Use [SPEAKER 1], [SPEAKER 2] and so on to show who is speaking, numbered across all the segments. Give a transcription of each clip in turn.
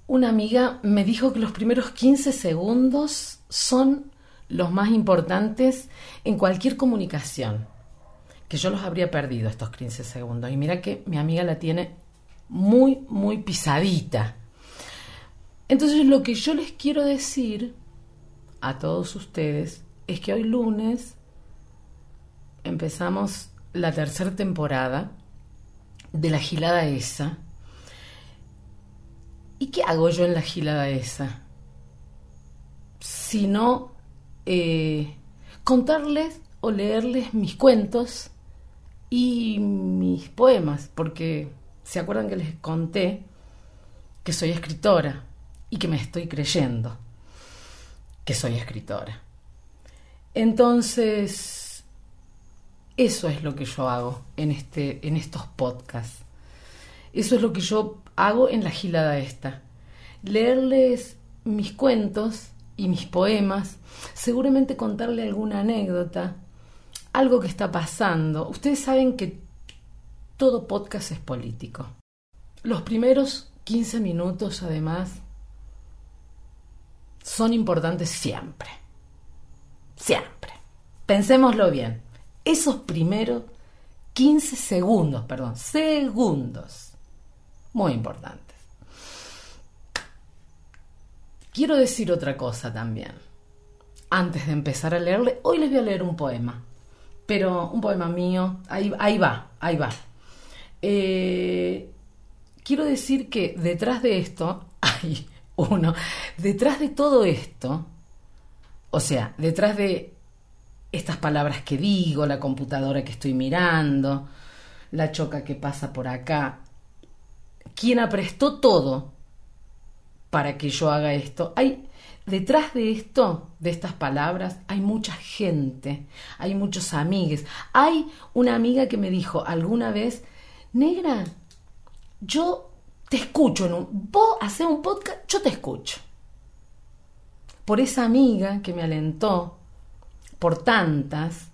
[SPEAKER 1] Una amiga me dijo que los primeros 15 segundos son los más importantes en cualquier comunicación, que yo los habría perdido estos 15 segundos. Y mira que mi amiga la tiene muy, muy pisadita. Entonces lo que yo les quiero decir a todos ustedes es que hoy lunes empezamos la tercera temporada de la gilada esa. ¿Y qué hago yo en la gilada esa? Sino contarles o leerles mis cuentos y mis poemas, porque se acuerdan que les conté que soy escritora y que me estoy creyendo que soy escritora. Entonces, eso es lo que yo hago en estos podcasts. Eso es lo que yo hago en la gilada esta. Leerles mis cuentos y mis poemas, seguramente contarle alguna anécdota, algo que está pasando. Ustedes saben que todo podcast es político. Los primeros 15 minutos, además, son importantes siempre. Siempre. Pensémoslo bien. Esos primeros 15 segundos, segundos, muy importantes. Quiero decir otra cosa también. Antes de empezar a leerle, hoy les voy a leer un poema. Pero un poema mío, ahí va. Quiero decir que detrás de esto hay detrás de todo esto, o sea, detrás de estas palabras que digo, la computadora que estoy mirando, la choca que pasa por acá, quien aprestó todo para que yo haga esto, detrás de esto, de estas palabras, hay mucha gente, hay muchos amigues. Hay una amiga que me dijo alguna vez: negra, yo te escucho, vos hacés un podcast, yo te escucho. Por esa amiga que me alentó, por tantas,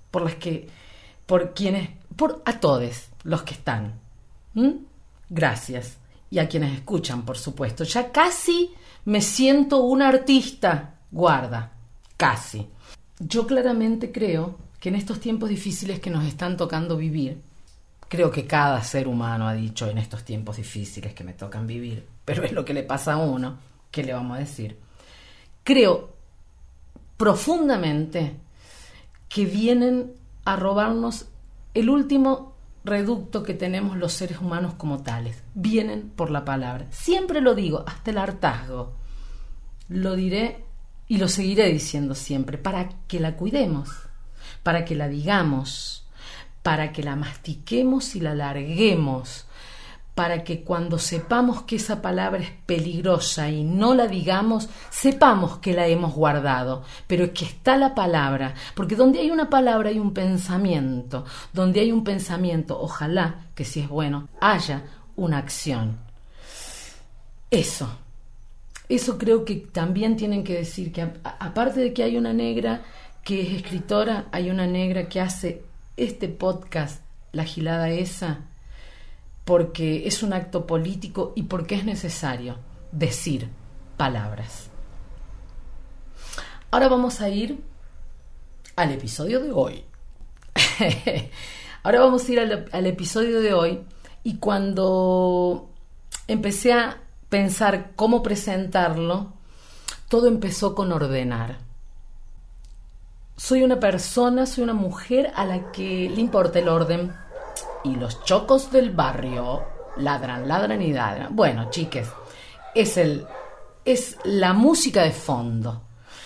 [SPEAKER 1] a todos los que están. Gracias. Y a quienes escuchan, por supuesto. Ya casi me siento una artista, guarda, casi. Yo claramente creo que en estos tiempos difíciles que nos están tocando vivir, creo que cada ser humano ha dicho en estos tiempos difíciles que me tocan vivir, pero es lo que le pasa a uno, ¿qué le vamos a decir? Creo profundamente que vienen a robarnos el último reducto que tenemos los seres humanos como tales. Vienen por la palabra. Siempre lo digo, hasta el hartazgo. Lo diré y lo seguiré diciendo siempre, para que la cuidemos, para que la digamos, para que la mastiquemos y la larguemos, para que cuando sepamos que esa palabra es peligrosa y no la digamos, sepamos que la hemos guardado, pero es que está la palabra, porque donde hay una palabra hay un pensamiento, donde hay un pensamiento, ojalá que si es bueno, haya una acción. Eso creo que también tienen que decir, que aparte de que hay una negra que es escritora, hay una negra que hace este podcast, La Gilada Esa, porque es un acto político y porque es necesario decir palabras. Ahora vamos a ir al episodio de hoy. Ahora vamos a ir al episodio de hoy, y cuando empecé a pensar cómo presentarlo, todo empezó con ordenar. Soy una mujer a la que le importa el orden. Y los chocos del barrio ladran, ladran y ladran. Bueno, chiques, es la música de fondo.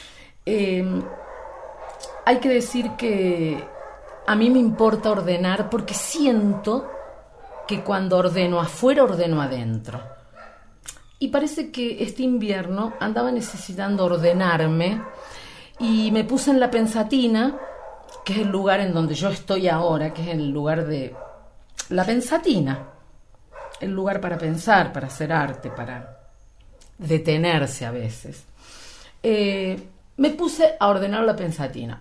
[SPEAKER 1] Hay que decir que a mí me importa ordenar porque siento que cuando ordeno afuera, ordeno adentro. Y parece que este invierno andaba necesitando ordenarme y me puse en La Pensatina, que es el lugar en donde yo estoy ahora, que es el lugar de La Pensatina, el lugar para pensar, para hacer arte, para detenerse a veces. Me puse a ordenar La Pensatina.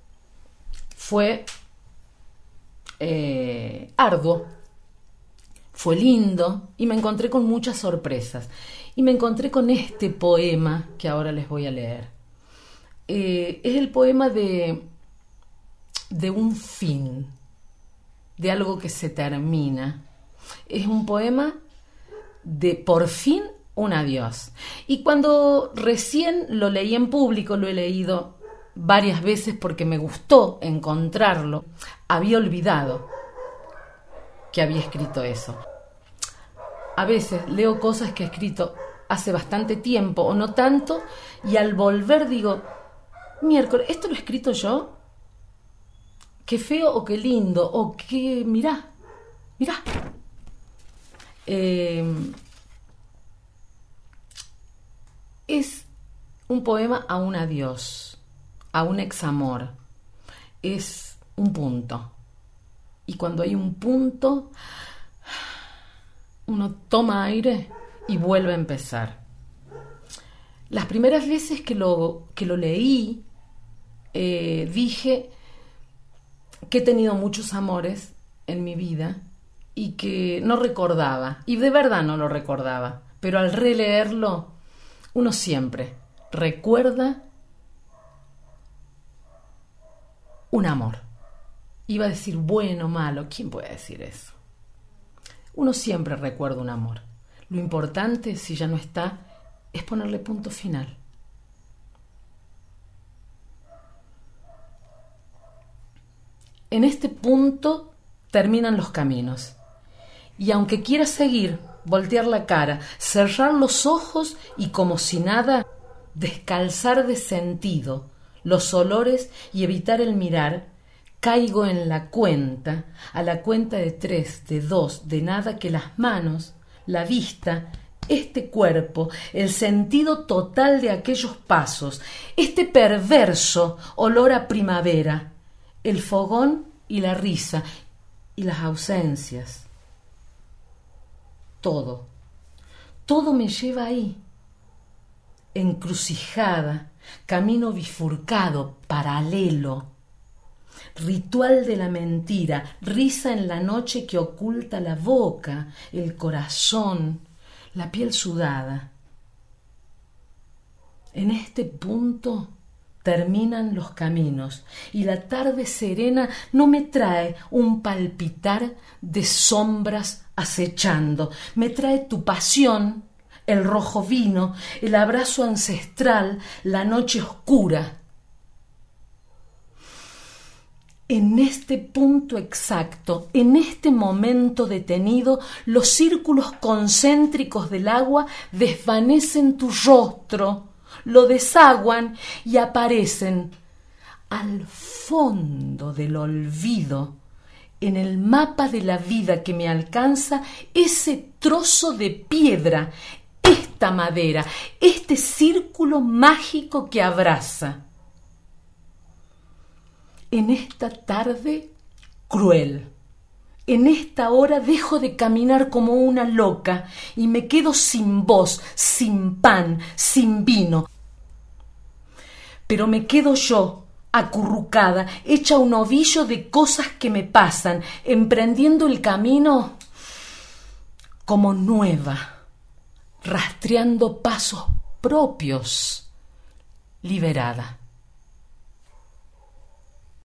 [SPEAKER 1] Fue arduo, fue lindo y me encontré con muchas sorpresas. Y me encontré con este poema que ahora les voy a leer. Es el poema de un fin, de algo que se termina. Es un poema de por fin un adiós. Y cuando recién lo leí en público, lo he leído varias veces porque me gustó encontrarlo, había olvidado que había escrito eso. A veces leo cosas que he escrito hace bastante tiempo o no tanto, y al volver digo, miércoles, ¿esto lo he escrito yo? Qué feo o qué lindo, o qué, mirá. Es un poema a un adiós, a un examor. Es un punto. Y cuando hay un punto, uno toma aire y vuelve a empezar. Las primeras veces que lo leí, dije que he tenido muchos amores en mi vida y que no recordaba, y de verdad no lo recordaba, pero al releerlo, uno siempre recuerda un amor. Iba a decir bueno, malo, ¿quién puede decir eso? Uno siempre recuerda un amor. Lo importante, si ya no está, es ponerle punto final. En este punto terminan los caminos. Y aunque quiera seguir, voltear la cara, cerrar los ojos y como si nada, descalzar de sentido los olores y evitar el mirar, caigo en la cuenta, a la cuenta de 3, de 2, de nada, que las manos, la vista, este cuerpo, el sentido total de aquellos pasos, este perverso olor a primavera, el fogón y la risa y las ausencias. Todo me lleva ahí, encrucijada, camino bifurcado, paralelo, ritual de la mentira, risa en la noche que oculta la boca, el corazón, la piel sudada. En este punto terminan los caminos y la tarde serena no me trae un palpitar de sombras acechando, me trae tu pasión, el rojo vino, el abrazo ancestral, la noche oscura. En este punto exacto, en este momento detenido, los círculos concéntricos del agua desvanecen tu rostro, lo desaguan y aparecen al fondo del olvido, en el mapa de la vida que me alcanza, ese trozo de piedra, esta madera, este círculo mágico que abraza. En esta tarde cruel, en esta hora dejo de caminar como una loca y me quedo sin voz, sin pan, sin vino. Pero me quedo yo, acurrucada, hecha un ovillo de cosas que me pasan, emprendiendo el camino como nueva, rastreando pasos propios, liberada.